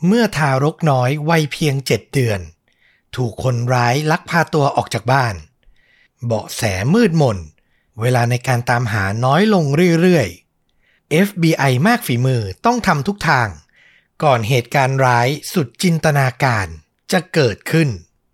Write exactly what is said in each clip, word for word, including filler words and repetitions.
เมื่อทารกน้อยวัยเพียงเจ็ดเดือนถูกคนร้ายลักพาตัวออกจากบ้านเบาะแสมืดมนเวลาในการตามหาน้อยลงเรื่อยๆ เอฟ บี ไอ มากฝีมือต้องทำทุกทางก่อนเหตุการณ์ร้ายสุดจินตนาการจะเกิดขึ้น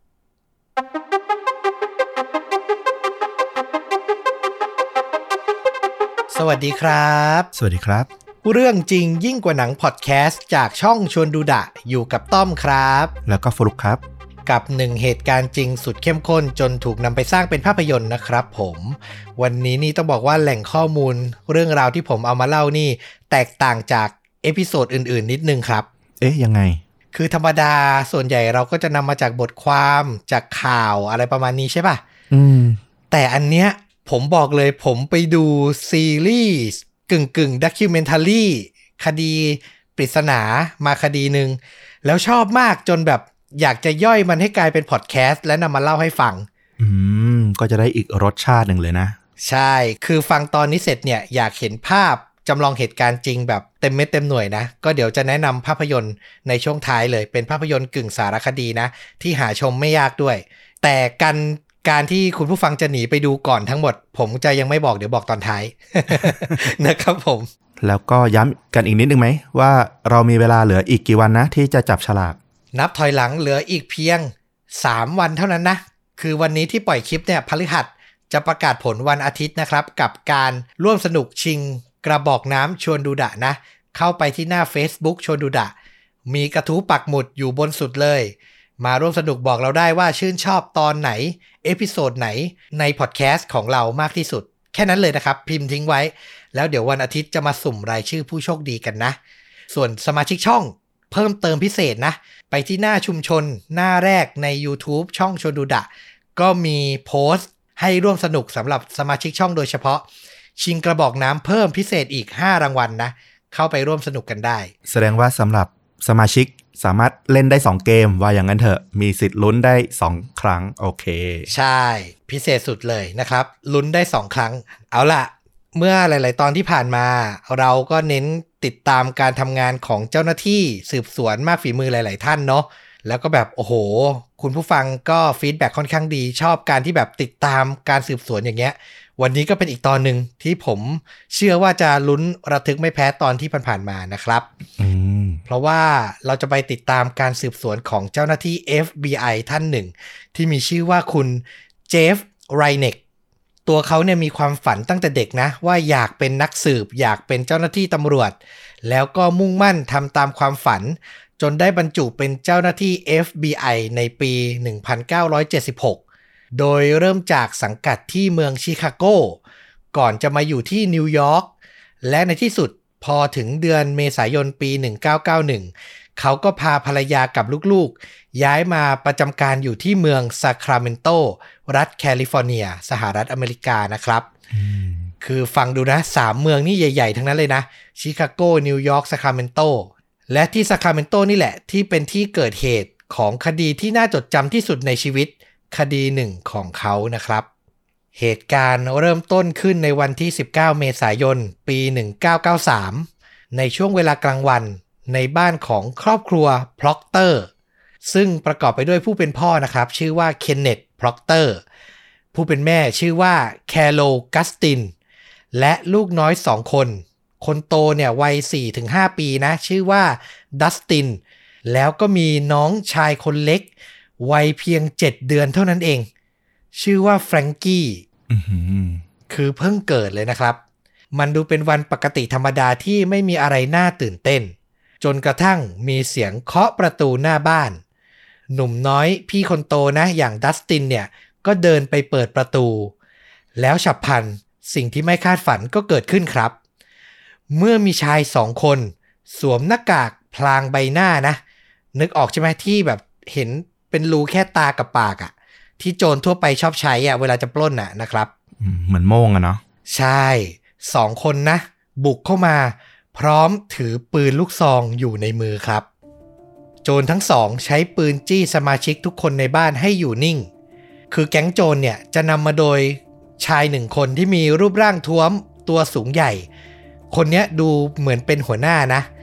สวัสดีครับสวัสดีครับเรื่องจริงยิ่งกว่าหนังพอดแคสต์จากช่องชวนดูดะอยู่กับต้อมครับแล้วก็ฟลุกครับกับหนึ่งเหตุการณ์จริงสุดเข้มข้นจนถูกนำไปสร้างเป็นภาพยนตร์นะครับผมวันนี้นี่ต้องบอกว่าแหล่งข้อมูลเรื่องราวที่ผมเอามาเล่านี่แตกต่างจากเอพิโซดอื่นๆนิดนึงครับเอ๊ะยังไงคือธรรมดาส่วนใหญ่เราก็จะนำมาจากบทความจากข่าวอะไรประมาณนี้ใช่ป่ะอืมแต่อันเนี้ยผมบอกเลยผมไปดูซีรีส์กึ่งกึ่งด็อกิวเมนทารีคดีปริศนามาคดีหนึ่งแล้วชอบมากจนแบบอยากจะย่อยมันให้กลายเป็นพอดแคสต์และนำมาเล่าให้ฟังอืมก็จะได้อีกรสชาติหนึ่งเลยนะใช่คือฟังตอนนี้เสร็จเนี่ยอยากเห็นภาพจำลองเหตุการณ์จริงแบบเต็มเม็ดเต็มหน่วยนะก็เดี๋ยวจะแนะนำภาพยนตร์ในช่วงท้ายเลยเป็นภาพยนตร์กึ่งสารคดีนะที่หาชมไม่ยากด้วยแต่การการที่คุณผู้ฟังจะหนีไปดูก่อนทั้งหมดผมจะยังไม่บอกเดี๋ยวบอกตอนท้าย นะครับผมแล้วก็ย้ำกันอีกนิดนึงไหมว่าเรามีเวลาเหลืออีกกี่วันนะที่จะจับฉลากนับถอยหลังเหลืออีกเพียงสามวันเท่านั้นนะคือวันนี้ที่ปล่อยคลิปเนี่ยพฤหัสจะประกาศผลวันอาทิตย์นะครับกับการร่วมสนุกชิงกระบอกน้ำชวนดูดะนะเข้าไปที่หน้า Facebook ชวนดูดะมีกระทู้ปักหมุดอยู่บนสุดเลยมาร่วมสนุกบอกเราได้ว่าชื่นชอบตอนไหนเอพิโซดไหนในพอดแคสต์ของเรามากที่สุดแค่นั้นเลยนะครับพิมพ์ทิ้งไว้แล้วเดี๋ยววันอาทิตย์จะมาสุ่มรายชื่อผู้โชคดีกันนะส่วนสมาชิกช่องเพิ่มเติมพิเศษนะไปที่หน้าชุมชนหน้าแรกใน YouTube ช่องชวนดูดะก็มีโพสต์ให้ร่วมสนุกสำหรับสมาชิกช่องโดยเฉพาะชิงกระบอกน้ำเพิ่มพิเศษอีกห้ารางวัล นะเข้าไปร่วมสนุกกันได้แสดงว่าสำหรับสมาชิกสามารถเล่นได้สองเกมว่าอย่างนั้นเถอะมีสิทธิ์ลุ้นได้สองครั้งโอเคใช่พิเศษสุดเลยนะครับลุ้นได้สองครั้งเอาล่ะเมื่อหลายๆตอนที่ผ่านมาเราก็เน้นติดตามการทำงานของเจ้าหน้าที่สืบสวนมากฝีมือหลายๆท่านเนาะแล้วก็แบบโอ้โหคุณผู้ฟังก็ฟีดแบ็กค่อนข้างดีชอบการที่แบบติดตามการสืบสวนอย่างเงี้ยวันนี้ก็เป็นอีกตอนหนึ่งที่ผมเชื่อว่าจะลุ้นระทึกไม่แพ้ตอนที่ผ่านๆมานะครับเพราะว่าเราจะไปติดตามการสืบสวนของเจ้าหน้าที่ เอฟ บี ไอ ท่านหนึ่งที่มีชื่อว่าคุณเจฟไรเน็กตัวเขาเนี่ยมีความฝันตั้งแต่เด็กนะว่าอยากเป็นนักสืบอยากเป็นเจ้าหน้าที่ตำรวจแล้วก็มุ่งมั่นทำตามความฝันจนได้บรรจุเป็นเจ้าหน้าที่ เอฟ บี ไอ ในปีหนึ่งพันเก้าร้อยเจ็ดสิบหกโดยเริ่มจากสังกัดที่เมืองชิคาโกก่อนจะมาอยู่ที่นิวยอร์กและในที่สุดพอถึงเดือนเมษายนปีหนึ่งพันเก้าร้อยเก้าสิบเอ็ดเขาก็พาภรรยากับลูกๆย้ายมาประจำการอยู่ที่เมืองซาคราเมนโตรัฐแคลิฟอร์เนียสหรัฐอเมริกานะครับ hmm. คือฟังดูนะสามเมืองนี่ใหญ่ๆทั้งนั้นเลยนะชิคาโกนิวยอร์กซาคราเมนโตและที่ซาคราเมนโตนี่แหละที่เป็นที่เกิดเหตุของคดีที่น่าจดจำที่สุดในชีวิตคดีหนึ่งของเขานะครับเหตุการณ์เริ่มต้นขึ้นในวันที่สิบเก้าเมษายนปีหนึ่งพันเก้าร้อยเก้าสิบสามในช่วงเวลากลางวันในบ้านของครอบครัวพล็อกเตอร์ซึ่งประกอบไปด้วยผู้เป็นพ่อนะครับชื่อว่าเคนเนตพล็อกเตอร์ผู้เป็นแม่ชื่อว่าแคโรกัสตินและลูกน้อยสองคนคนโตเนี่ยวัย สี่ถึงห้า ปีนะชื่อว่าดัสตินแล้วก็มีน้องชายคนเล็กวัยเพียงเจ็ดเดือนเท่านั้นเองชื่อว่าแฟรงกี้ mm-hmm. คือเพิ่งเกิดเลยนะครับมันดูเป็นวันปกติธรรมดาที่ไม่มีอะไรน่าตื่นเต้นจนกระทั่งมีเสียงเคาะประตูหน้าบ้านหนุ่มน้อยพี่คนโตนะอย่างดัสตินเนี่ยก็เดินไปเปิดประตูแล้วฉับพลันสิ่งที่ไม่คาดฝันก็เกิดขึ้นครับเมื่อมีชายสองคนสวมหน้ากากพลางใบหน้านะนึกออกใช่ไหมที่แบบเห็นเป็นรูแค่ตากับปากอะที่โจรทั่วไปชอบใช้อะเวลาจะปล้นอะนะครับเหมือนโม่งอะเนาะใช่สองคนนะบุกเข้ามาพร้อมถือปืนลูกซองอยู่ในมือครับโจรทั้งสองใช้ปืนจี้สมาชิกทุกคนในบ้านให้อยู่นิ่งคือแก๊งโจรเนี่ยจะนำมาโดยชายหนึ่งคนที่มีรูปร่างท้วมตัวสูงใหญ่คนนี้ดูเหมือนเป็นหัวหน้านะ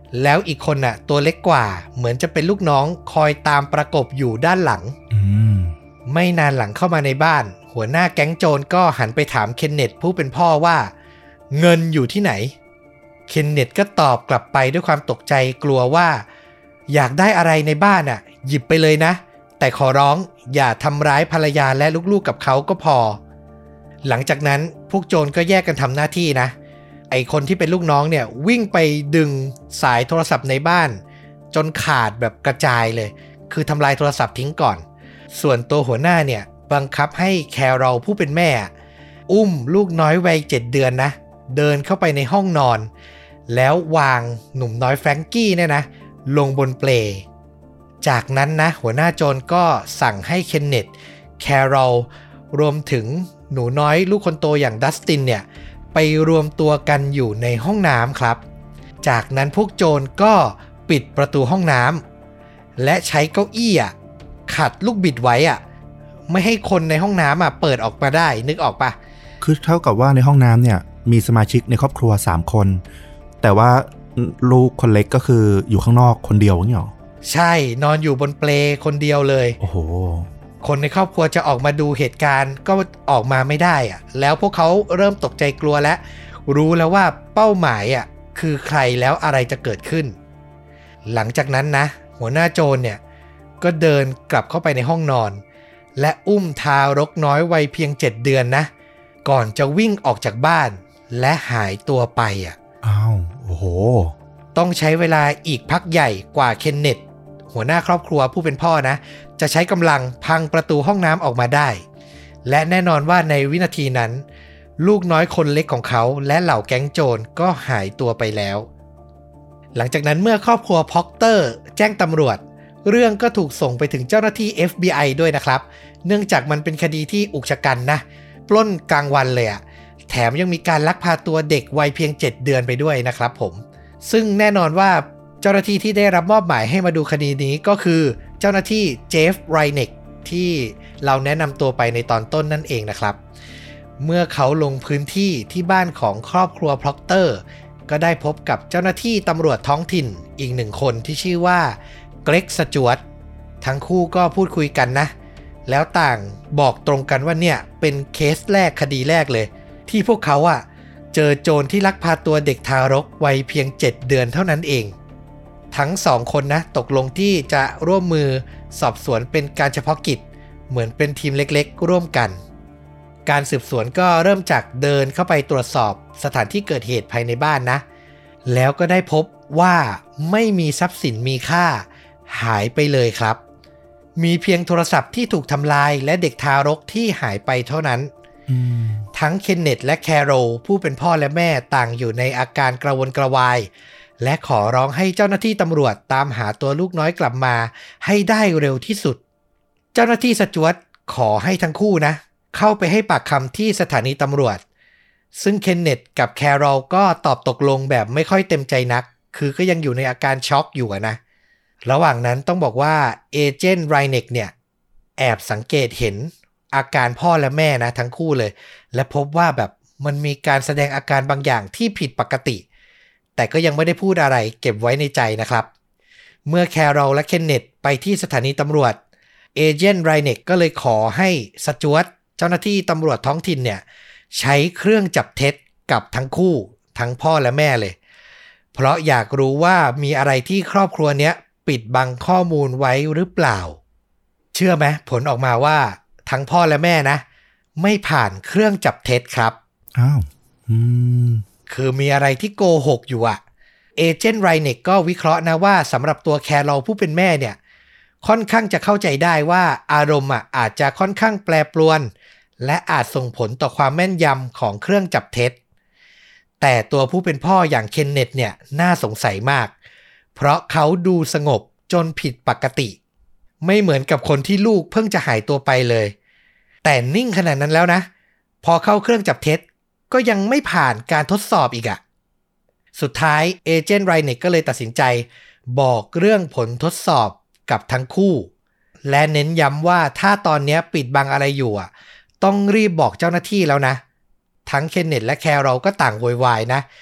แล้วอีกคนน่ะตัวเล็กกว่าเหมือนจะเป็นลูกน้องคอยตามประกบอยู่ด้านหลังไม่นานหลังเข้ามาในบ้านหัวหน้าแก๊งโจรก็หันไปถามเคนเนตผู้เป็นพ่อว่าเงินอยู่ที่ไหนเคนเนตก็ตอบกลับไปด้วยความตกใจกลัวว่าอยากได้อะไรในบ้านอ่ะหยิบไปเลยนะแต่ขอร้องอย่าทำร้ายภรรยาและลูกๆกับเขาก็พอหลังจากนั้นพวกโจรก็แยกกันทำหน้าที่นะไอคนที่เป็นลูกน้องเนี่ยวิ่งไปดึงสายโทรศัพท์ในบ้านจนขาดแบบกระจายเลยคือทำลายโทรศัพท์ทิ้งก่อนส่วนตัวหัวหน้าเนี่ยบังคับให้แคโรลผู้เป็นแม่อุ้มลูกน้อยวัยเจ็ดเดือนนะเดินเข้าไปในห้องนอนแล้ววางหนุ่มน้อยแฟรงกี้เนี่ยนะลงบนเปลจากนั้นนะหัวหน้าโจรก็สั่งให้เคนเนตแคโรลรวมถึงหนูน้อยลูกคนโตอย่างดัสตินเนี่ยไปรวมตัวกันอยู่ในห้องน้ำครับจากนั้นพวกโจรก็ปิดประตูห้องน้ำและใช้เก้าอี้อ่ะขัดลูกบิดไว้อ่ะไม่ให้คนในห้องน้ำอ่ะเปิดออกมาได้นึกออกปะคือเท่ากับว่าในห้องน้ำเนี่ยมีสมาชิกในครอบครัวสามคนแต่ว่าลูกคนเล็กก็คืออยู่ข้างนอกคนเดียวเนี่ยหรอใช่นอนอยู่บนเปลคนเดียวเลยโอ้โหคนในครอบครัวจะออกมาดูเหตุการณ์ก็ออกมาไม่ได้อ่ะแล้วพวกเขาเริ่มตกใจกลัวและรู้แล้วว่าเป้าหมายอ่ะคือใครแล้วอะไรจะเกิดขึ้นหลังจากนั้นนะหัวหน้าโจรเนี่ยก็เดินกลับเข้าไปในห้องนอนและอุ้มทารกน้อยวัยเพียงเจ็ดเดือนนะก่อนจะวิ่งออกจากบ้านและหายตัวไปอ่ะอ้าวโอ้โหต้องใช้เวลาอีกพักใหญ่กว่าเคนเนตหัวหน้าครอบครัวผู้เป็นพ่อนะจะใช้กำลังพังประตูห้องน้ำออกมาได้และแน่นอนว่าในวินาทีนั้นลูกน้อยคนเล็กของเขาและเหล่าแก๊งโจรก็หายตัวไปแล้วหลังจากนั้นเมื่อครอบครัวพ็อกเตอร์แจ้งตำรวจเรื่องก็ถูกส่งไปถึงเจ้าหน้าที่ เอฟ บี ไอ ด้วยนะครับเนื่องจากมันเป็นคดีที่อุกชะกันนะปล้นกลางวันเลยอะแถมยังมีการลักพาตัวเด็กวัยเพียงเจ็ดเดือนไปด้วยนะครับผมซึ่งแน่นอนว่าเจ้าหน้าที่ที่ได้รับมอบหมายให้มาดูคดีนี้ก็คือเจ้าหน้าที่เจฟไรเน็กที่เราแนะนำตัวไปในตอนต้นนั่นเองนะครับเมื่อเขาลงพื้นที่ที่บ้านของครอบครัวพ็อกเตอร์ก็ได้พบกับเจ้าหน้าที่ตำรวจท้องถิ่นอีกหนึ่งคนที่ชื่อว่าเกรกสจ๊วตทั้งคู่ก็พูดคุยกันนะแล้วต่างบอกตรงกันว่าเนี่ยเป็นเคสแรกคดีแรกเลยที่พวกเขาอะเจอโจรที่ลักพาตัวเด็กทารกวัยเพียงเจ็ดเดือนเท่านั้นเองทั้งสองคนนะตกลงที่จะร่วมมือสอบสวนเป็นการเฉพาะกิจเหมือนเป็นทีมเล็กๆร่วมกันการสืบสวนก็เริ่มจากเดินเข้าไปตรวจสอบสถานที่เกิดเหตุภายในบ้านนะแล้วก็ได้พบว่าไม่มีทรัพย์สินมีค่าหายไปเลยครับมีเพียงโทรศัพท์ที่ถูกทำลายและเด็กทารกที่หายไปเท่านั้นทั้งเคนเนตและแคโรลผู้เป็นพ่อและแม่ต่างอยู่ในอาการกระวนกระวายและขอร้องให้เจ้าหน้าที่ตำรวจตามหาตัวลูกน้อยกลับมาให้ได้เร็วที่สุดเจ้าหน้าที่สจ๊วตขอให้ทั้งคู่นะเข้าไปให้ปากคำที่สถานีตำรวจซึ่งเคนเนตกับแคโรลก็ตอบตกลงแบบไม่ค่อยเต็มใจนักคือก็ยังอยู่ในอาการช็อกอยู่นะระหว่างนั้นต้องบอกว่าเอเจนต์ไรเน็กเนี่ยแอบสังเกตเห็นอาการพ่อและแม่นะทั้งคู่เลยและพบว่าแบบมันมีการแสดงอาการบางอย่างที่ผิดปกติแต่ก็ยังไม่ได้พูดอะไรเก็บไว้ในใจนะครับเมื่อแคโรลและเคนเนตไปที่สถานีตำรวจเอเจนต์ไรเน็กก็เลยขอให้สจ๊วตเจ้าหน้าที่ตำรวจท้องถิ่นเนี่ยใช้เครื่องจับเท็จกับทั้งคู่ทั้งพ่อและแม่เลยเพราะอยากรู้ว่ามีอะไรที่ครอบครัวเนี้ยปิดบังข้อมูลไว้หรือเปล่าเชื่อไหมผลออกมาว่าทั้งพ่อและแม่นะไม่ผ่านเครื่องจับเท็จครับอ้าวอืมคือมีอะไรที่โกหกอยู่อะเอเจนต์ไรเน็กก็วิเคราะห์นะว่าสำหรับตัวแคโรลผู้เป็นแม่เนี่ยค่อนข้างจะเข้าใจได้ว่าอารมณ์อ่ะอาจจะค่อนข้างแปรปรวนและอาจส่งผลต่อความแม่นยำของเครื่องจับเท็จแต่ตัวผู้เป็นพ่ออย่างเคนเนตเนี่ยน่าสงสัยมากเพราะเขาดูสงบจนผิดปกติไม่เหมือนกับคนที่ลูกเพิ่งจะหายตัวไปเลยแต่นิ่งขนาดนั้นแล้วนะพอเข้าเครื่องจับเท็จก็ยังไม่ผ่านการทดสอบอีกอ่ะสุดท้ายเอเจนต์ไรเน็กก็เลยตัดสินใจบอกเรื่องผลทดสอบกับทั้งคู่และเน้นย้ำว่าถ้าตอนนี้ปิดบังอะไรอยู่อ่ะต้องรีบบอกเจ้าหน้าที่แล้วนะทั้งเคนเนตและแคโรลก็ต่างโวยวายนะ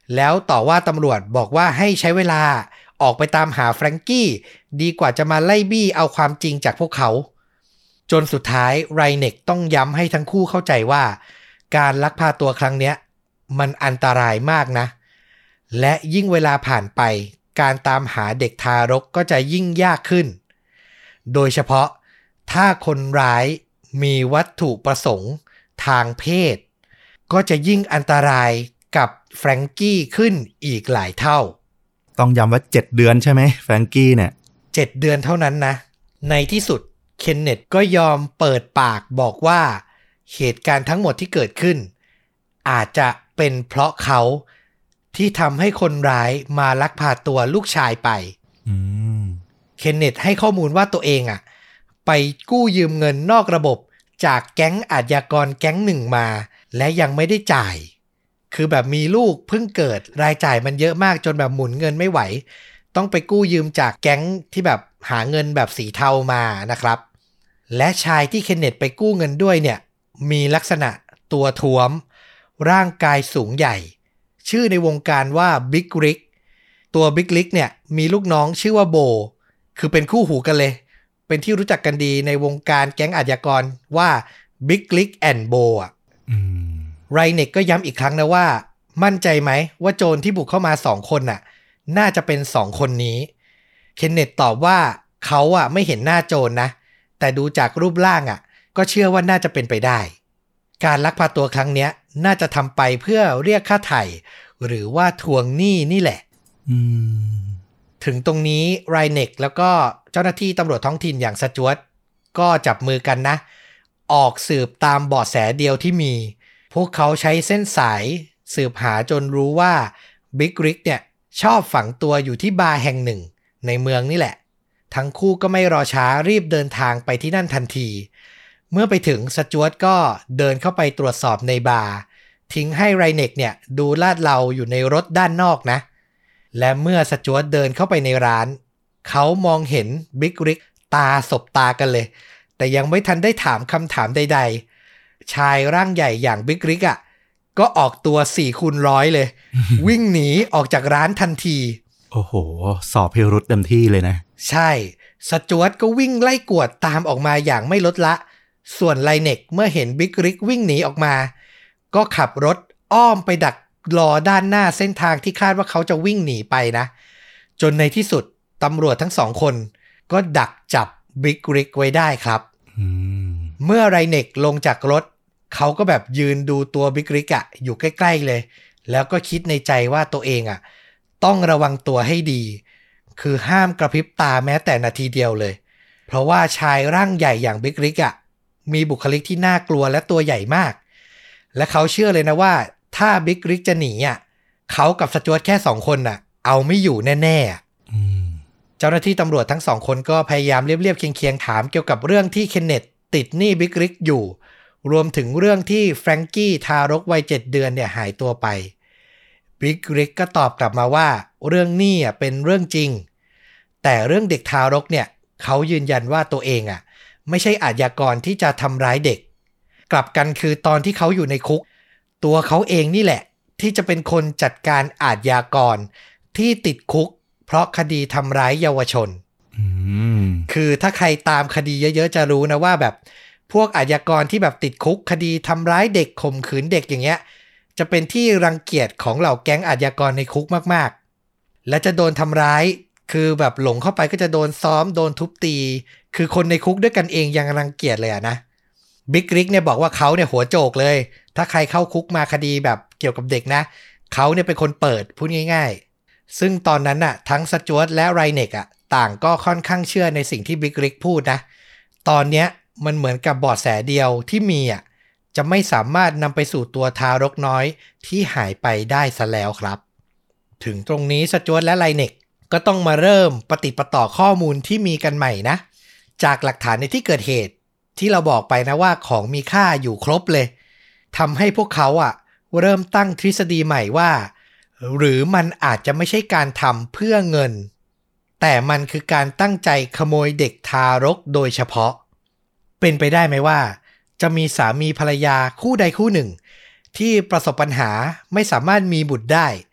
แล้วต่อว่าตำรวจบอกว่าให้ใช้เวลาออกไปตามหาแฟรงกี้ดีกว่าจะมาไล่บี้เอาความจริงจากพวกเขาจนสุดท้ายไรเน็กต้องย้ำให้ทั้งคู่เข้าใจว่าการลักพาตัวครั้งเนี้ยมันอันตรายมากนะและยิ่งเวลาผ่านไปการตามหาเด็กทารกก็จะยิ่งยากขึ้นโดยเฉพาะถ้าคนร้ายมีวัตถุประสงค์ทางเพศก็จะยิ่งอันตรายกับแฟรงกี้ขึ้นอีกหลายเท่าต้องย้ำว่าเจ็ดเดือนใช่ไหมแฟรงกี้เนี่ยเจ็ดเดือนเท่านั้นนะในที่สุดเคนเนตก็ยอมเปิดปากบอกว่าเหตุการณ์ทั้งหมดที่เกิดขึ้นอาจจะเป็นเพราะเขาที่ทำให้คนร้ายมาลักพาตัวลูกชายไปเคนเนตให้ข้อมูลว่าตัวเองอ่ะไปกู้ยืมเงินนอกระบบจากแก๊งอาชญากรแก๊งหนึ่งมาและยังไม่ได้จ่ายคือแบบมีลูกเพิ่งเกิดรายจ่ายมันเยอะมากจนแบบหมุนเงินไม่ไหวต้องไปกู้ยืมจากแก๊งที่แบบหาเงินแบบสีเทามานะครับและชายที่เคนเนตไปกู้เงินด้วยเนี่ยมีลักษณะตัวท้วมร่างกายสูงใหญ่ชื่อในวงการว่าบิ๊กริกตัวบิ๊กริกเนี่ยมีลูกน้องชื่อว่าโบคือเป็นคู่หูกันเลยเป็นที่รู้จักกันดีในวงการแก๊งอาชญากรว่าบิ๊กริกแอนด์โบอ่ะไรเน็กก็ย้ำอีกครั้งนะว่ามั่นใจไหมว่าโจรที่บุกเข้ามาสองคนน่ะน่าจะเป็นสองคนนี้เคนเนตตอบว่าเขาอ่ะไม่เห็นหน้าโจรนะแต่ดูจากรูปร่างอ่ะก็เชื่อว่าน่าจะเป็นไปได้การลักพาตัวครั้งเนี้ยน่าจะทำไปเพื่อเรียกค่าไถ่หรือว่าทวงหนี้นี่แหละถึงตรงนี้ไรเน็กแล้วก็เจ้าหน้าที่ตำรวจท้องถิ่นอย่างสจ๊วตก็จับมือกันนะออกสืบตามเบาะแสเดียวที่มีพวกเขาใช้เส้นสายสืบหาจนรู้ว่าบิ๊กริกเนี่ยชอบฝังตัวอยู่ที่บาร์แห่งหนึ่งในเมืองนี่แหละทั้งคู่ก็ไม่รอช้ารีบเดินทางไปที่นั่นทันทีเมื่อไปถึงสจ๊วตก็เดินเข้าไปตรวจสอบในบาร์ทิ้งให้ไรเน็กเนี่ยดูลาดเลาอยู่ในรถด้านนอกนะและเมื่อสจ๊วตเดินเข้าไปในร้านเขามองเห็นบิ๊กริกตาสบตากันเลยแต่ยังไม่ทันได้ถามคำถามใดๆชายร่างใหญ่อย่างบิ๊กริกอ่ะก็ออกตัวสี่คูณร้อยเลย วิ่งหนีออกจากร้านทันทีโอ้โหสอบพิรุธเต็มที่เลยนะใช่สจ๊วตก็วิ่งไล่กวดตามออกมาอย่างไม่ลดละส่วนไรเน็กเมื่อเห็นบิ๊กริกวิ่งหนีออกมาก็ขับรถอ้อมไปดักรอด้านหน้าเส้นทางที่คาดว่าเขาจะวิ่งหนีไปนะจนในที่สุดตำรวจทั้งสองคนก็ดักจับบิ๊กริกไว้ได้ครับเมื่อไรเน็กลงจากรถเขาก็แบบยืนดูตัวบิ๊กริกอะอยู่ใกล้ๆเลยแล้วก็คิดในใจว่าตัวเองอะต้องระวังตัวให้ดีคือห้ามกระพริบตาแม้แต่นาทีเดียวเลยเพราะว่าชายร่างใหญ่อย่างบิ๊กริกอะมีบุคลิกที่น่ากลัวและตัวใหญ่มากและเขาเชื่อเลยนะว่าถ้าบิ๊กริกจะหนีอ่ะเขากับสจ๊วตแค่สองคนน่ะเอาไม่อยู่แน่ๆเจ้าหน้าที่ตำรวจทั้งสองคนก็พยายามเรียบๆเคียงๆถามเกี่ยวกับเรื่องที่เคนเนตติดหนี้บิ๊กริกอยู่รวมถึงเรื่องที่แฟรงกี้ทารกวัยเจ็ดเดือนเนี่ยหายตัวไปบิ๊กริกก็ตอบกลับมาว่าเรื่องหนี้อ่ะเป็นเรื่องจริงแต่เรื่องเด็กทารกเนี่ยเขายืนยันว่าตัวเองอ่ะไม่ใช่อาชญากรที่จะทำร้ายเด็กกลับกันคือตอนที่เขาอยู่ในคุกตัวเขาเองนี่แหละที่จะเป็นคนจัดการอาชญากรที่ติดคุกเพราะคดีทำร้ายเยาวชนคือถ้าใครตามคดีเยอะๆจะรู้นะว่าแบบพวกอาชญากรที่แบบติดคุกคดีทำร้ายเด็กข่มขืนเด็กอย่างเงี้ยจะเป็นที่รังเกียจของเหล่าแก๊งอาชญากรในคุกมากๆและจะโดนทำร้ายคือแบบหลงเข้าไปก็จะโดนซ้อมโดนทุบตีคือคนในคุกด้วยกันเองยังรังเกียจเลยอะนะบิ๊กริกเนี่ยบอกว่าเขาเนี่ยหัวโจกเลยถ้าใครเข้าคุกมาคดีแบบเกี่ยวกับเด็กนะเขาเนี่ยเป็นคนเปิดพูดง่ายๆซึ่งตอนนั้นน่ะทั้งสจ๊วตและไรเน็กอ่ะต่างก็ค่อนข้างเชื่อในสิ่งที่บิ๊กริกพูดนะตอนเนี้ยมันเหมือนกับเบาะแสเดียวที่มีอ่ะจะไม่สามารถนำไปสู่ตัวทารกน้อยที่หายไปได้ซะแล้วครับถึงตรงนี้สจ๊วตและไรเน็กก็ต้องมาเริ่มปฏิปต่อข้อมูลที่มีกันใหม่นะจากหลักฐานในที่เกิดเหตุที่เราบอกไปนะว่าของมีค่าอยู่ครบเลยทำให้พวกเขาอ่ะเริ่มตั้งทฤษฎีใหม่ว่าหรือมันอาจจะไม่ใช่การทำเพื่อเงินแต่มันคือการตั้งใจขโมยเด็กทารกโดยเฉพาะเป็นไปได้ไหมว่าจะมีสามีภรรยาคู่ใดคู่หนึ่งที่ประสบปัญหาไม่สามารถมีบุตรได้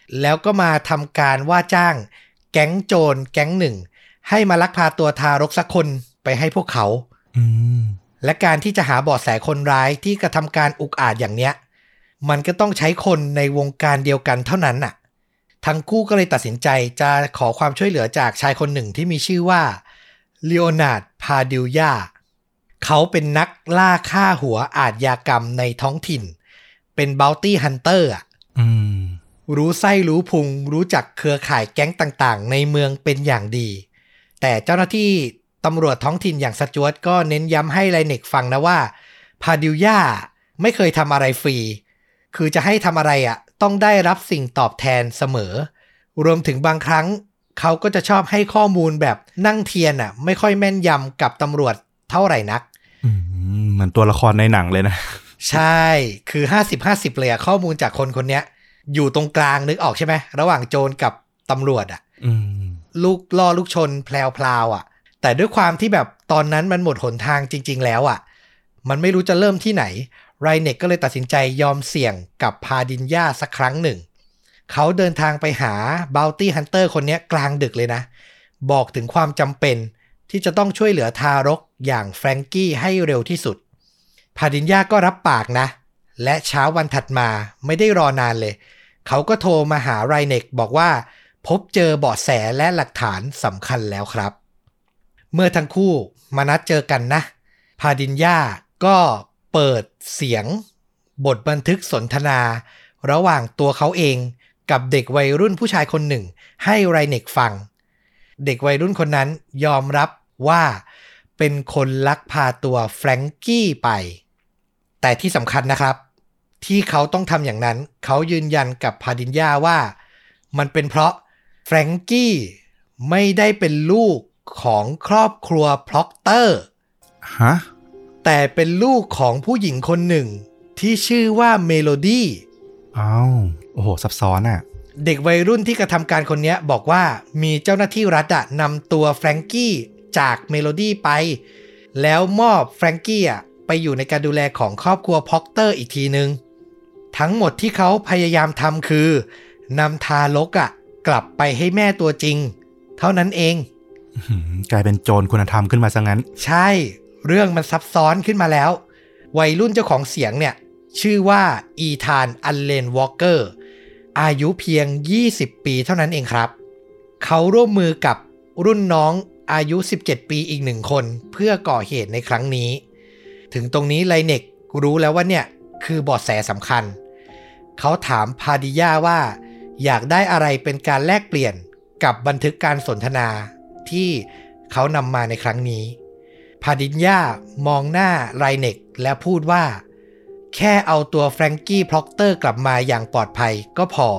แล้วก็มาทำการว่าจ้างแก๊งโจรแก๊งหนึ่งให้มาลักพาตัวทารกสักคนไปให้พวกเขาอืมและการที่จะหาเบาะแสคนร้ายที่กระทำการอุกอาจอย่างเนี้ยมันก็ต้องใช้คนในวงการเดียวกันเท่านั้นน่ะทั้งคู่ก็เลยตัดสินใจจะขอความช่วยเหลือจากชายคนหนึ่งที่มีชื่อว่าลีโอนาร์ด พาดิลยาเขาเป็นนักล่าฆ่าหัวอาชญากรรมในท้องถิ่นเป็นบัลตี้ฮันเตอร์อ่ะรู้ไส้รู้พุงรู้จักเครือข่ายแก๊งต่างๆในเมืองเป็นอย่างดีแต่เจ้าหน้าที่ตำรวจท้องถิ่นอย่างสจ๊วตก็เน้นย้ำให้ไรเน็กฟังนะว่าพาดิลยาไม่เคยทำอะไรฟรีคือจะให้ทำอะไรอ่ะต้องได้รับสิ่งตอบแทนเสมอรวมถึงบางครั้งเขาก็จะชอบให้ข้อมูลแบบนั่งเทียนอ่ะไม่ค่อยแม่นยำกับตำรวจเท่าไหร่นักเหมือนตัวละครในหนังเลยนะใช่คือ ห้าสิบ ห้าสิบ เลยอ่ะข้อมูลจากคนคนนี้อยู่ตรงกลางนึกออกใช่ไหมระหว่างโจรกับตำรวจอ่ะลูกล่อลูกชนแพลวๆอ่ะแต่ด้วยความที่แบบตอนนั้นมันหมดหนทางจริงๆแล้วอ่ะมันไม่รู้จะเริ่มที่ไหนไรเน็กก็เลยตัดสินใจยอมเสี่ยงกับพาดินยาสักครั้งหนึ่งเขาเดินทางไปหาบัลตี้ฮันเตอร์คนนี้กลางดึกเลยนะบอกถึงความจำเป็นที่จะต้องช่วยเหลือทารกอย่างแฟรงกี้ให้เร็วที่สุดพาดินยาก็รับปากนะและเช้าวันถัดมาไม่ได้รอนานเลยเขาก็โทรมาหาไรเน็กบอกว่าพบเจอเบาะแสและหลักฐานสำคัญแล้วครับเมื่อทั้งคู่มานัดเจอกันนะพาดินยาก็เปิดเสียงบทบันทึกสนทนาระหว่างตัวเขาเองกับเด็กวัยรุ่นผู้ชายคนหนึ่งให้ไรเน็กฟังเด็กวัยรุ่นคนนั้นยอมรับว่าเป็นคนลักพาตัวแฟรงกี้ไปแต่ที่สำคัญนะครับที่เขาต้องทำอย่างนั้นเขายืนยันกับพาดินยาว่ามันเป็นเพราะแฟรงกี้ไม่ได้เป็นลูกของครอบครัวพล็อกเตอร์ฮะแต่เป็นลูกของผู้หญิงคนหนึ่งที่ชื่อว่าเมโลดี้อ้าวโอ้โหซับซ้อนอ่ะเด็กวัยรุ่นที่กระทำการคนนี้บอกว่ามีเจ้าหน้าที่รัฐอะนำตัวแฟรงกี้จากเมโลดี้ไปแล้วมอบแฟรงกี้อะไปอยู่ในการดูแลของครอบครัวพล็อกเตอร์อีกทีนึงทั้งหมดที่เขาพยายามทำคือนำทารกอะกลับไปให้แม่ตัวจริงเท่านั้นเองกลายเป็นโจรคุณธรรมขึ้นมาซะงั้นใช่เรื่องมันซับซ้อนขึ้นมาแล้ววัยรุ่นเจ้าของเสียงเนี่ยชื่อว่าอีธาน อัลเลน วอลเกอร์อายุเพียงยี่สิบปีเท่านั้นเองครับเขาร่วมมือกับรุ่นน้องอายุสิบเจ็ดปีอีกหนึ่งคนเพื่อก่อเหตุในครั้งนี้ถึงตรงนี้ไรเน็กรู้แล้วว่าเนี่ยคือเบาะแสสำคัญเขาถามพาดิยาว่าอยากได้อะไรเป็นการแลกเปลี่ยนกับบันทึกการสนทนาที่เขานำมาในครั้งนี้พาดิยามองหน้าไรเน็กและพูดว่าแค่เอาตัวแฟรงกี้พล็อกเตอร์กลับมาอย่างปลอดภัยก็พอ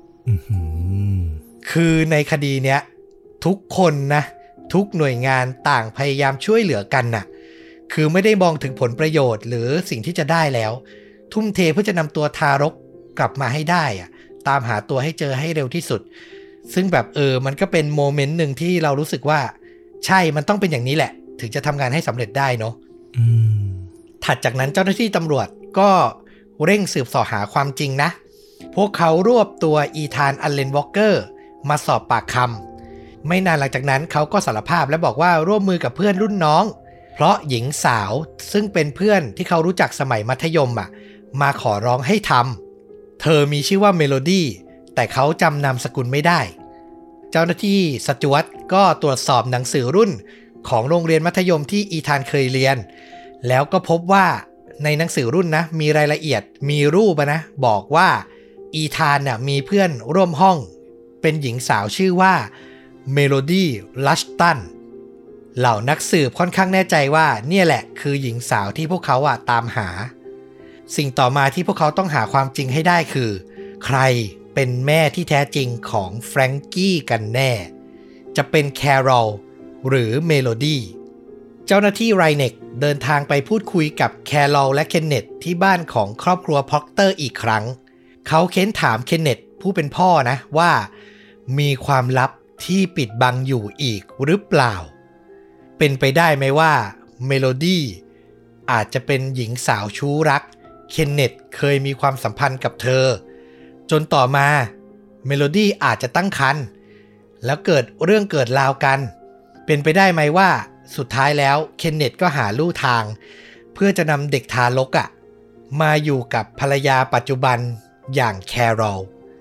คือในคดีเนี้ยทุกคนนะทุกหน่วยงานต่างพยายามช่วยเหลือกันน่ะคือไม่ได้มองถึงผลประโยชน์หรือสิ่งที่จะได้แล้วทุ่มเทเพื่อจะนำตัวทารกกลับมาให้ได้อะตามหาตัวให้เจอให้เร็วที่สุดซึ่งแบบเออมันก็เป็นโมเมนต์หนึ่งที่เรารู้สึกว่าใช่มันต้องเป็นอย่างนี้แหละถึงจะทำงานให้สำเร็จได้เนาะถัดจากนั้นเจ้าหน้าที่ตำรวจก็เร่งสืบเสาะหาความจริงนะพวกเขารวบตัวอีธาน อัลเลน วอลเกอร์มาสอบปากคำไม่นานหลังจากนั้นเขาก็สารภาพและบอกว่าร่วมมือกับเพื่อนรุ่นน้องเพราะหญิงสาวซึ่งเป็นเพื่อนที่เขารู้จักสมัยมัธยมอ่ะมาขอร้องให้ทำเธอมีชื่อว่าเมโลดี้แต่เขาจำนามสกุลไม่ได้เจ้าหน้าที่สจ๊วตก็ตรวจสอบหนังสือรุ่นของโรงเรียนมัธยมที่อีธานเคยเรียนแล้วก็พบว่าในหนังสือรุ่นนะมีรายละเอียดมีรูปนะบอกว่าอีธานน่ะมีเพื่อนร่วมห้องเป็นหญิงสาวชื่อว่าเมโลดี้ลัชตันเหล่านักสืบค่อนข้างแน่ใจว่าเนี่ยแหละคือหญิงสาวที่พวกเขาอะตามหาสิ่งต่อมาที่พวกเขาต้องหาความจริงให้ได้คือใครเป็นแม่ที่แท้จริงของแฟรงกี้กันแน่จะเป็นแคโรลหรือเมโลดี้เจ้าหน้าที่ไรเน็กเดินทางไปพูดคุยกับแคโรลและเคนเนตที่บ้านของครอบครัวพ็อกเตอร์อีกครั้งเขาเค้นถามเคนเนตผู้เป็นพ่อนะว่ามีความลับที่ปิดบังอยู่อีกหรือเปล่าเป็นไปได้ไหมว่าเมโลดี้อาจจะเป็นหญิงสาวชู้รักเคนเนตเคยมีความสัมพันธ์กับเธอจนต่อมาเมโลดี้อาจจะตั้งครรภ์แล้วเกิดเรื่องเกิดราวกันเป็นไปได้ไหมว่าสุดท้ายแล้วเคนเนตก็หาลู่ทางเพื่อจะนำเด็กทารกอะมาอยู่กับภรรยาปัจจุบันอย่างแคโรล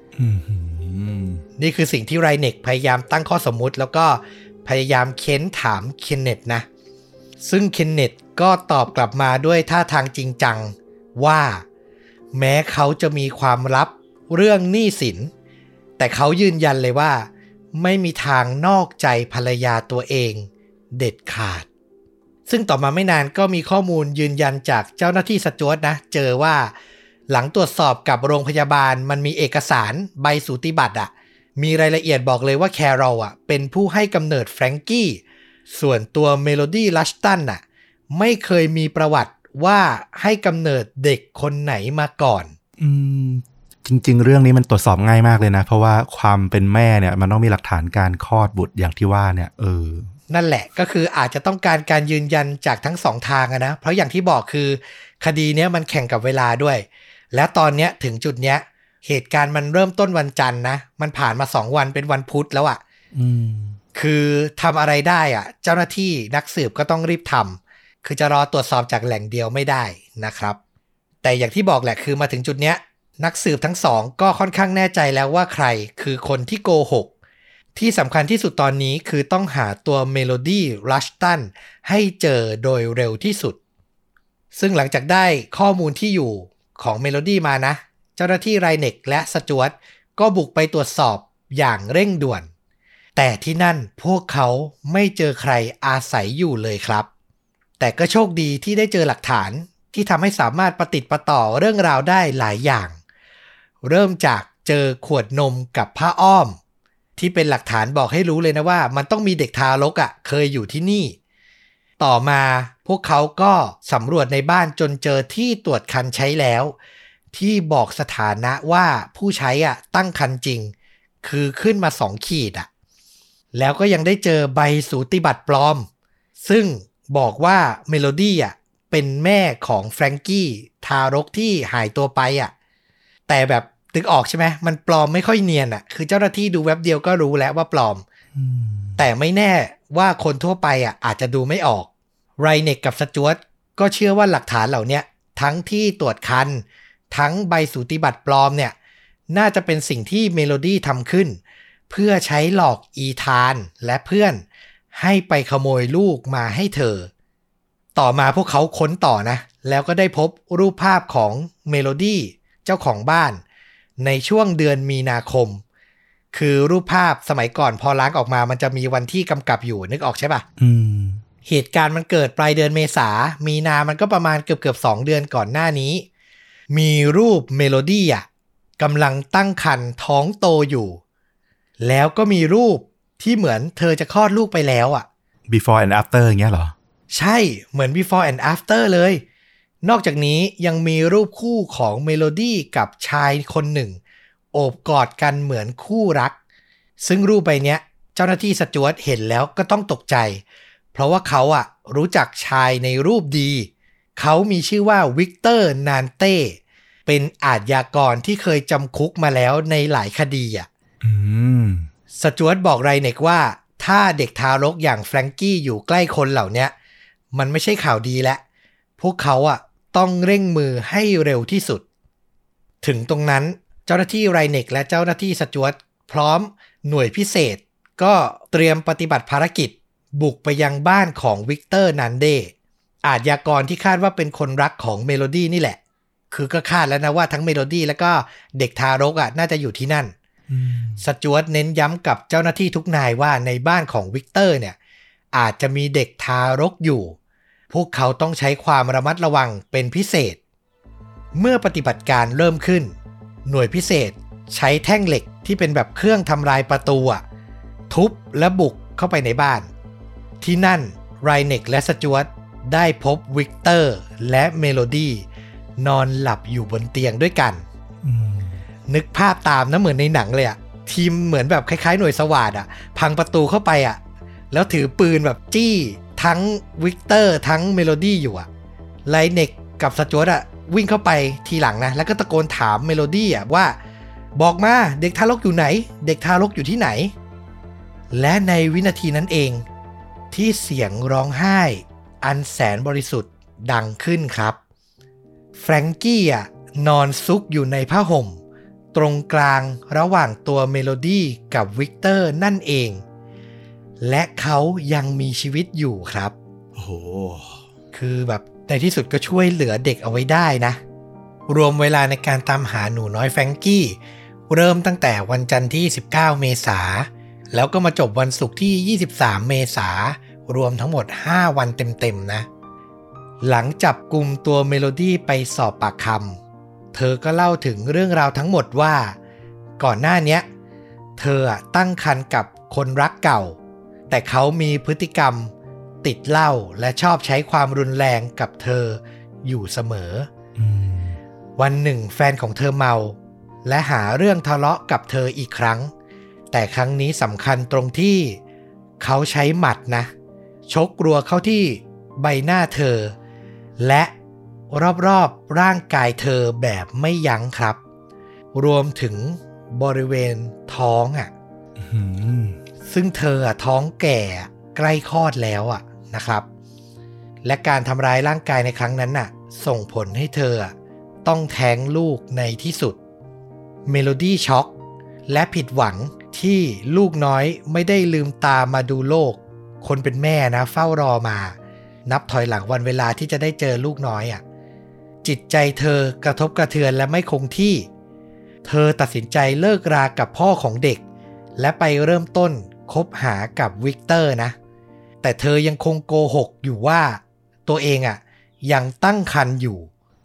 นี่คือสิ่งที่ไรเน็กพยายามตั้งข้อสมมุติแล้วก็พยายามเค้นถามเคนเนตนะซึ่งเคนเนตก็ตอบกลับมาด้วยท่าทางจริงจังว่าแม้เขาจะมีความลับเรื่องหนี้สินแต่เขายืนยันเลยว่าไม่มีทางนอกใจภรรยาตัวเองเด็ดขาดซึ่งต่อมาไม่นานก็มีข้อมูลยืนยันจากเจ้าหน้าที่สจ๊วตนะเจอว่าหลังตรวจสอบกับโรงพยาบาลมันมีเอกสารใบสูติบัตรอ่ะมีรายละเอียดบอกเลยว่าแคโรลอ่ะเป็นผู้ให้กำเนิดแฟรงกี้ส่วนตัวเมโลดี้ลัชตันอ่ะไม่เคยมีประวัติว่าให้กำเนิดเด็กคนไหนมาก่อนอืมจริงๆเรื่องนี้มันตรวจสอบง่ายมากเลยนะเพราะว่าความเป็นแม่เนี่ยมันต้องมีหลักฐานการคลอดบุตรอย่างที่ว่าเนี่ยเออนั่นแหละก็คืออาจจะต้องการการยืนยันจากทั้งสองทางนะเพราะอย่างที่บอกคือคดีเนี้ยมันแข่งกับเวลาด้วยและตอนเนี้ยถึงจุดเนี้ยเหตุการณ์มันเริ่มต้นวันจันทร์นะมันผ่านมาสองวันเป็นวันพุธแล้วอ่ะอืมคือทำอะไรได้อ่ะเจ้าหน้าที่นักสืบก็ต้องรีบทำคือจะรอตรวจสอบจากแหล่งเดียวไม่ได้นะครับแต่อย่างที่บอกแหละคือมาถึงจุดเนี้ยนักสืบทั้งสองก็ค่อนข้างแน่ใจแล้วว่าใครคือคนที่โกหกที่สำคัญที่สุดตอนนี้คือต้องหาตัวเมโลดี้รัชตันให้เจอโดยเร็วที่สุดซึ่งหลังจากได้ข้อมูลที่อยู่ของเมโลดี้มานะเจ้าหน้าที่ไรเน็กและสจ๊วตก็บุกไปตรวจสอบอย่างเร่งด่วนแต่ที่นั่นพวกเขาไม่เจอใครอาศัยอยู่เลยครับแต่ก็โชคดีที่ได้เจอหลักฐานที่ทำให้สามารถประติดประต่อเรื่องราวได้หลายอย่างเริ่มจากเจอขวดนมกับผ้าอ้อมที่เป็นหลักฐานบอกให้รู้เลยนะว่ามันต้องมีเด็กทารกอ่ะเคยอยู่ที่นี่ต่อมาพวกเขาก็สำรวจในบ้านจนเจอที่ตรวจครรภ์ใช้แล้วที่บอกสถานะว่าผู้ใช้อ่ะตั้งครรภ์จริงคือขึ้นมาสองขีดอ่ะแล้วก็ยังได้เจอใบสูติบัตรปลอมซึ่งบอกว่าเมโลดี้อ่ะเป็นแม่ของแฟรงกี้ทารกที่หายตัวไปอ่ะแต่แบบตึกออกใช่ไหมมันปลอมไม่ค่อยเนียนอ่ะคือเจ้าหน้าที่ดูแว็บเดียวก็รู้แล้วว่าปลอมแต่ไม่แน่ว่าคนทั่วไปอ่ะอาจจะดูไม่ออกไรเน็กกับสจ๊วตก็เชื่อว่าหลักฐานเหล่านี้ทั้งที่ตรวจครรภ์ทั้งใบสูติบัตรปลอมเนี่ยน่าจะเป็นสิ่งที่เมโลดี้ทำขึ้นเพื่อใช้หลอกอีธานและเพื่อนให้ไปขโมยลูกมาให้เธอต่อมาพวกเขาค้นต่อนะแล้วก็ได้พบรูปภาพของเมโลดี้เจ้าของบ้านในช่วงเดือนมีนาคมคือรูปภาพสมัยก่อนพอล้างออกมามันจะมีวันที่กำกับอยู่นึกออกใช่ป่ะอืมเหตุการณ์มันเกิดปลายเดือนเมษามีนามันก็ประมาณเกือบเกือบสองเดือนก่อนหน้านี้มีรูปเมโลดี้อ่ะกำลังตั้งครรภ์ท้องโตอยู่แล้วก็มีรูปที่เหมือนเธอจะคลอดลูกไปแล้วอ่ะ before and after อย่างเงี้ยเหรอใช่เหมือน before and after เลยนอกจากนี้ยังมีรูปคู่ของเมโลดี้กับชายคนหนึ่งโอบกอดกันเหมือนคู่รักซึ่งรูปใบเนี้ยเจ้าหน้าที่สจ๊วตเห็นแล้วก็ต้องตกใจเพราะว่าเขาอ่ะรู้จักชายในรูปดีเขามีชื่อว่าวิกเตอร์นานเต้เป็นอาชญากรที่เคยจำคุกมาแล้วในหลายคดีอ่ะสจ๊วตบอกไรเน็กว่าถ้าเด็กทารกอย่างแฟรงกี้อยู่ใกล้คนเหล่านี้มันไม่ใช่ข่าวดีแล้วพวกเขาอ่ะต้องเร่งมือให้เร็วที่สุดถึงตรงนั้นเจ้าหน้าที่ไรเน็กและเจ้าหน้าที่สจ๊วตพร้อมหน่วยพิเศษก็เตรียมปฏิบัติภารกิจบุกไปยังบ้านของวิกเตอร์นันเดอาชญากรที่คาดว่าเป็นคนรักของเมโลดี้นี่แหละคือก็คาดแล้วนะว่าทั้งเมโลดี้แล้วก็เด็กทารกอ่ะน่าจะอยู่ที่นั่นสจ๊วตเน้นย้ำกับเจ้าหน้าที่ทุกนายว่าในบ้านของวิกเตอร์เนี่ยอาจจะมีเด็กทารกอยู่พวกเขาต้องใช้ความระมัดระวังเป็นพิเศษเมื่อปฏิบัติการเริ่มขึ้นหน่วยพิเศษใช้แท่งเหล็กที่เป็นแบบเครื่องทำลายประตูอ่ะทุบและบุกเข้าไปในบ้านที่นั่นไรเน็กและสจ๊วตได้พบวิกเตอร์และเมโลดี้นอนหลับอยู่บนเตียงด้วยกันนึกภาพตามนะเหมือนในหนังเลยอ่ะทีมเหมือนแบบคล้ายๆหน่วยสวาทอ่ะพังประตูเข้าไปอ่ะแล้วถือปืนแบบจี้ทั้งวิกเตอร์ทั้งเมโลดี้อยู่อ่ะไรเน็กกับสจ๊วตอ่ะวิ่งเข้าไปทีหลังนะแล้วก็ตะโกนถามเมโลดี้อ่ะว่าบอกมาเด็กทารกอยู่ไหนเด็กทารกอยู่ที่ไหนและในวินาทีนั้นเองที่เสียงร้องไห้อันแสนบริสุทธิ์ดังขึ้นครับแฟรงกี้อ่ะนอนซุกอยู่ในผ้าห่มตรงกลางระหว่างตัวเมโลดี้กับวิกเตอร์นั่นเองและเขายังมีชีวิตอยู่ครับโอ้โหคือแบบในที่สุดก็ช่วยเหลือเด็กเอาไว้ได้นะรวมเวลาในการตามหาหนูน้อยแฟรงกี้เริ่มตั้งแต่วันจันทร์ที่สิบเก้าเมษายนแล้วก็มาจบวันศุกร์ที่ยี่สิบสามเมษายนรวมทั้งหมดห้าวันเต็มๆนะหลังจับกุมตัวเมโลดี้ไปสอบปากคำเธอก็เล่าถึงเรื่องราวทั้งหมดว่าก่อนหน้านี้เธอตั้งครรภ์กับคนรักเก่าแต่เขามีพฤติกรรมติดเหล้าและชอบใช้ความรุนแรงกับเธออยู่เสมอ mm. วันหนึ่งแฟนของเธอเมาและหาเรื่องทะเลาะกับเธออีกครั้งแต่ครั้งนี้สำคัญตรงที่เขาใช้หมัดนะชกรัวเข้าที่ใบหน้าเธอและรอบๆร่างกายเธอแบบไม่ยั้งครับรวมถึงบริเวณท้องอ่ะ mm. ซึ่งเธอท้องแก่ใกล้คลอดแล้วอ่ะนะครับและการทำร้ายร่างกายในครั้งนั้นน่ะส่งผลให้เธอต้องแท้งลูกในที่สุดเมโลดี้ช็อกและผิดหวังที่ลูกน้อยไม่ได้ลืมตามาดูโลกคนเป็นแม่นะเฝ้ารอมานับถอยหลังวันเวลาที่จะได้เจอลูกน้อยอ่ะจิตใจเธอกระทบกระเทือนและไม่คงที่เธอตัดสินใจเลิกรากับพ่อของเด็กและไปเริ่มต้นคบหากับวิกเตอร์นะแต่เธอยังคงโกหกอยู่ว่าตัวเองอ่ะยังตั้งครรภ์อยู่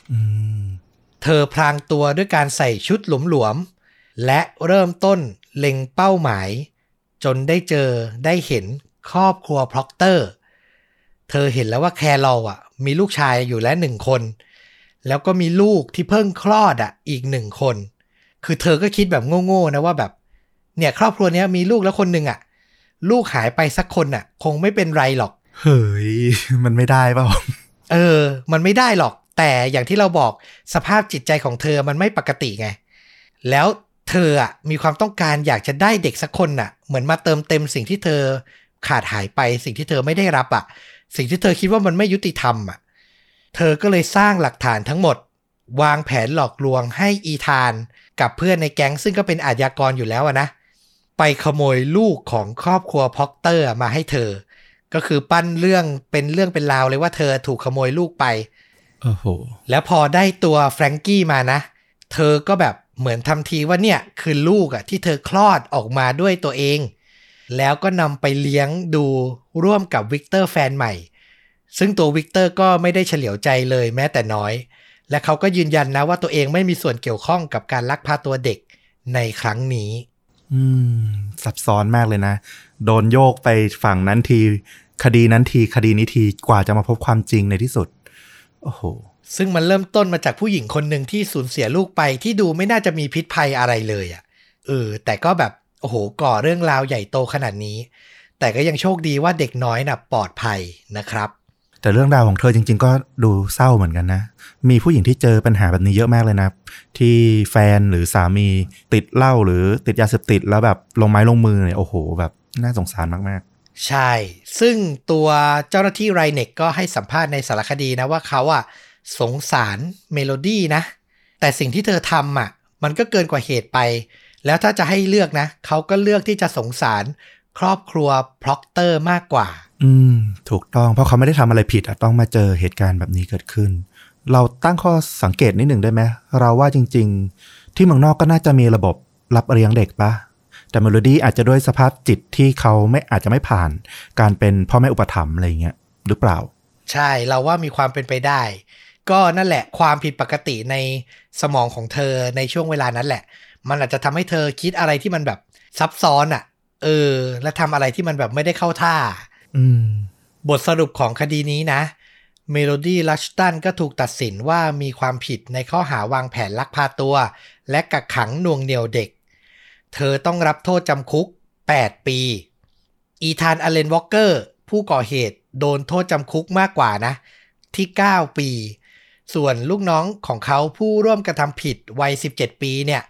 mm. เธอพรางตัวด้วยการใส่ชุดหลวมๆและเริ่มต้นเล็งเป้าหมายจนได้เจอได้เห็นครอบครัวพล็อกเตอร์เธอเห็นแล้วว่าแคลอลอ่ะมีลูกชายอยู่แล้วหนึ่งคนแล้วก็มีลูกที่เพิ่งคลอดอ่ะอีกหนึ่งคนคือเธอก็คิดแบบโง่ๆนะว่าแบบเนี่ยครอบครัวนี้มีลูกแล้วคนหนึ่งอ่ะลูกหายไปสักคนอ่ะคงไม่เป็นไรหรอกเฮ้ยมันไม่ได้เปล่าเออมันไม่ได้หรอกแต่อย่างที่เราบอกสภาพจิตใจของเธอมันไม่ปกติไงแล้วเธออ่ะมีความต้องการอยากจะได้เด็กสักคนน่ะเหมือนมาเติมเต็มสิ่งที่เธอขาดหายไปสิ่งที่เธอไม่ได้รับอ่ะสิ่งที่เธอคิดว่ามันไม่ยุติธรรมอ่ะเธอก็เลยสร้างหลักฐานทั้งหมดวางแผนหลอกลวงให้อีธานกับเพื่อนในแก๊งซึ่งก็เป็นอาชญากรอยู่แล้วนะไปขโมยลูกของครอบครัวพ็อกเตอร์มาให้เธอก็คือปั้นเรื่องเป็นเรื่องเป็นราวเลยว่าเธอถูกขโมยลูกไปโอ้โหแล้วพอได้ตัวแฟรงกี้มานะเธอก็แบบเหมือนทำทีว่าเนี่ยคือลูกอ่ะที่เธอคลอดออกมาด้วยตัวเองแล้วก็นำไปเลี้ยงดูร่วมกับวิกเตอร์แฟนใหม่ซึ่งตัววิกเตอร์ก็ไม่ได้เฉลียวใจเลยแม้แต่น้อยและเขาก็ยืนยันนะว่าตัวเองไม่มีส่วนเกี่ยวข้องกับการลักพาตัวเด็กในครั้งนี้อืมซับซ้อนมากเลยนะโดนโยกไปฝั่งนั้นทีคดีนั้นทีคดีนี้ทีกว่าจะมาพบความจริงในที่สุดโอ้โหซึ่งมันเริ่มต้นมาจากผู้หญิงคนหนึ่งที่สูญเสียลูกไปที่ดูไม่น่าจะมีพิษภัยอะไรเลยอ่ะเออแต่ก็แบบโอ้โหก่อเรื่องราวใหญ่โตขนาดนี้แต่ก็ยังโชคดีว่าเด็กน้อยน่ะปลอดภัยนะครับแต่เรื่องราวของเธอจริงๆก็ดูเศร้าเหมือนกันนะมีผู้หญิงที่เจอปัญหาแบบนี้เยอะมากเลยนะที่แฟนหรือสามีติดเหล้าหรือติดยาเสพติดแล้วแบบลงไม้ลงมือเนี่ยโอ้โหแบบน่าสงสารมากๆใช่ซึ่งตัวเจ้าหน้าที่ไรเน็กก็ให้สัมภาษณ์ในสารคดีนะว่าเขาอ่ะสงสารเมโลดี้นะแต่สิ่งที่เธอทำอ่ะมันก็เกินกว่าเหตุไปแล้วถ้าจะให้เลือกนะเขาก็เลือกที่จะสงสารครอบครัวพล็อกเตอร์มากกว่าอืมถูกต้องเพราะเขาไม่ได้ทำอะไรผิดอ่ะต้องมาเจอเหตุการณ์แบบนี้เกิดขึ้นเราตั้งข้อสังเกตนิดหนึ่งได้ไหมเราว่าจริงๆที่เมืองนอกก็น่าจะมีระบบรับเลี้ยงเด็กปะแต่เมโลดี้อาจจะด้วยสภาพจิตที่เขาไม่อาจจะไม่ผ่านการเป็นพ่อแม่อุปถัมภ์อะไรเงี้ยหรือเปล่าใช่เราว่ามีความเป็นไปได้ก็นั่นแหละความผิดปกติในสมองของเธอในช่วงเวลานั้นแหละมันอาจจะทำให้เธอคิดอะไรที่มันแบบซับซ้อนอ่ะเออและทำอะไรที่มันแบบไม่ได้เข้าท่าอืมบทสรุปของคดีนี้นะเมโลดี้ลัชตันก็ถูกตัดสินว่ามีความผิดในข้อหาวางแผนลักพาตัวและกักขังหน่วงเหนี่ยวเด็กเธอต้องรับโทษจำคุกแปดปีอีธานอเลนวอลเกอร์ผู้ก่อเหตุโดนโทษจำคุกมากกว่านะที่เก้าปีส่วนลูกน้องของเขาผู้ร่วมกระทำผิดวัยสิบเจ็ดปีเนี่ย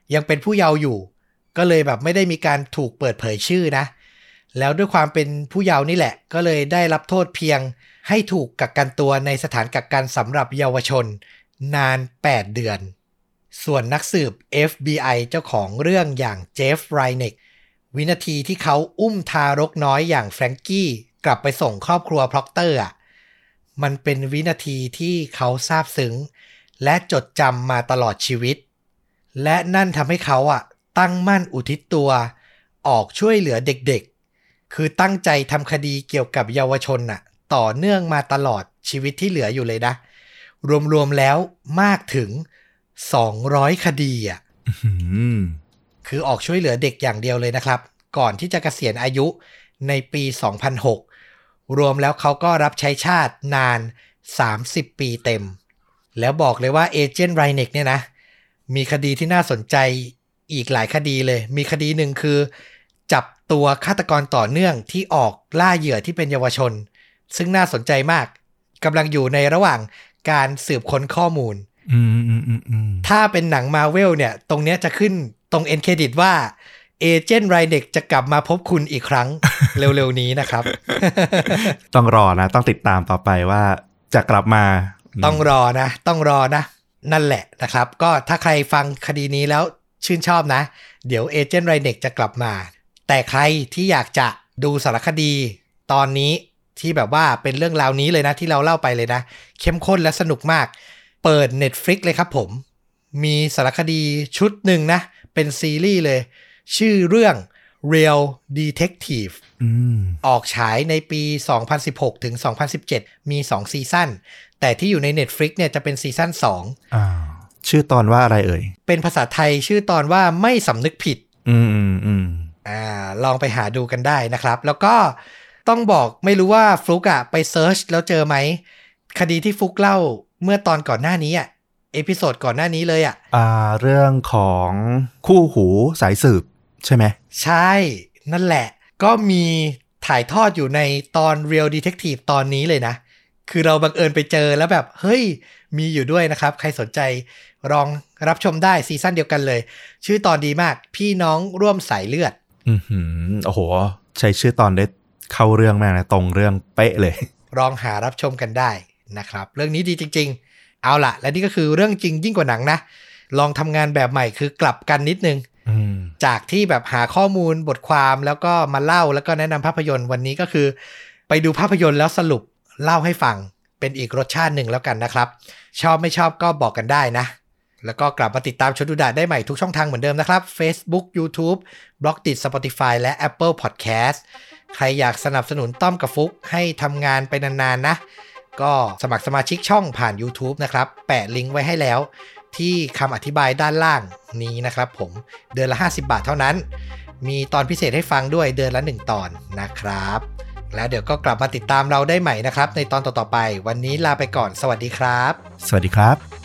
ยังเป็นผู้เยาว์อยู่ก็เลยแบบไม่ได้มีการถูกเปิดเผยชื่อนะแล้วด้วยความเป็นผู้เยาว์นี่แหละก็เลยได้รับโทษเพียงให้ถูกกักกันตัวในสถานกักกันสำหรับเยาวชนนานแปดเดือนส่วนนักสืบ เอฟ บี ไอ เจ้าของเรื่องอย่างเจฟไรเน็กวินาทีที่เขาอุ้มทารกน้อยอย่างแฟรงกี้กลับไปส่งครอบครัวพล็อกเตอร์อ่ะมันเป็นวินาทีที่เขาซาบซึ้งและจดจำมาตลอดชีวิตและนั่นทำให้เขาอ่ะตั้งมั่นอุทิศตัวออกช่วยเหลือเด็กๆคือตั้งใจทำคดีเกี่ยวกับเยาวชนน่ะต่อเนื่องมาตลอดชีวิตที่เหลืออยู่เลยนะรวมๆแล้วมากถึงสองร้อยคดีอ่ะ คือออกช่วยเหลือเด็กอย่างเดียวเลยนะครับก่อนที่จะเกษียณอายุในปีสองพันหกรวมแล้วเขาก็รับใช้ชาตินานสามสิบปีเต็มแล้วบอกเลยว่าเอเจนต์ไรเน็กเนี่ยนะมีคดีที่น่าสนใจอีกหลายคดีเลยมีคดีหนึ่งคือจับตัวฆาตกรต่อเนื่องที่ออกล่าเหยื่อที่เป็นเยาวชนซึ่งน่าสนใจมากกำลังอยู่ในระหว่างการสืบค้นข้อมูลถ้าเป็นหนังมาเวลเนี่ยตรงเนี้ยจะขึ้นตรงเอ็นเครดิตว่าเอเจนต์ไรเน็กจะกลับมาพบคุณอีกครั้ง เร็วๆนี้นะครับต้องรอนะต้องติดตามต่อไปว่าจะกลับมาต้องรอนะต้องรอนะนั่นแหละนะครับก็ถ้าใครฟังคดีนี้แล้วชื่นชอบนะเดี๋ยวเอเจนต์ไรเน็กจะกลับมาแต่ใครที่อยากจะดูสารคดีตอนนี้ที่แบบว่าเป็นเรื่องราวนี้เลยนะที่เราเล่าไปเลยนะเข้มข้นและสนุกมากเปิด Netflix เลยครับผมมีสารคดีชุดหนึ่งนะเป็นซีรีส์เลยชื่อเรื่อง Real Detective ออกฉายในปีสองพันสิบหกถึงสองพันสิบเจ็ดมีสองซีซั่นแต่ที่อยู่ใน Netflix เนี่ยจะเป็นซีซั่นสองอ่าชื่อตอนว่าอะไรเอ่ยเป็นภาษาไทยชื่อตอนว่าไม่สำนึกผิดอืมอืมอืมอ่าลองไปหาดูกันได้นะครับแล้วก็ต้องบอกไม่รู้ว่าฟลุกอะไปเซิร์ชแล้วเจอไหมคดีที่ฟลุกเล่าเมื่อตอนก่อนหน้านี้อ่ะเอพิโซดก่อนหน้านี้เลยอ่ะอ่าเรื่องของคู่หูสายสืบใช่ไหมใช่นั่นแหละก็มีถ่ายทอดอยู่ในตอน Real Detective ตอนนี้เลยนะคือเราบังเอิญไปเจอแล้วแบบเฮ้ยมีอยู่ด้วยนะครับใครสนใจลองรับชมได้ซีซั่นเดียวกันเลยชื่อตอนดีมากพี่น้องร่วมสายเลือดอือหือโอ้โหใช้ชื่อตอนได้เข้าเรื่องมากนะตรงเรื่องเป๊ะเลยลองหารับชมกันได้นะครับเรื่องนี้ดีจริงๆเอาล่ะและนี่ก็คือเรื่องจริงยิ่งกว่าหนังนะลองทำงานแบบใหม่คือกลับกันนิดนึงจากที่แบบหาข้อมูลบทความแล้วก็มาเล่าแล้วก็แนะนำภาพยนตร์วันนี้ก็คือไปดูภาพยนตร์แล้วสรุปเล่าให้ฟังเป็นอีกรสชาติหนึ่งแล้วกันนะครับชอบไม่ชอบก็บอกกันได้นะแล้วก็กลับมาติดตามชวนดูดะได้ใหม่ทุกช่องทางเหมือนเดิมนะครับ Facebook YouTube Blogdit Spotify และ Apple Podcast ใครอยากสนับสนุนต้อมกับฟุกให้ทำงานไปนานๆนะก็สมัครสมาชิกช่องผ่าน YouTube นะครับแปะลิงก์ไว้ให้แล้วที่คำอธิบายด้านล่างนี้นะครับผมเดือนละห้าสิบบาทเท่านั้นมีตอนพิเศษให้ฟังด้วยเดือนละหนึ่งตอนนะครับแล้วเดี๋ยวก็กลับมาติดตามเราได้ใหม่นะครับในตอนต่อๆไปวันนี้ลาไปก่อนสวัสดีครับสวัสดีครับ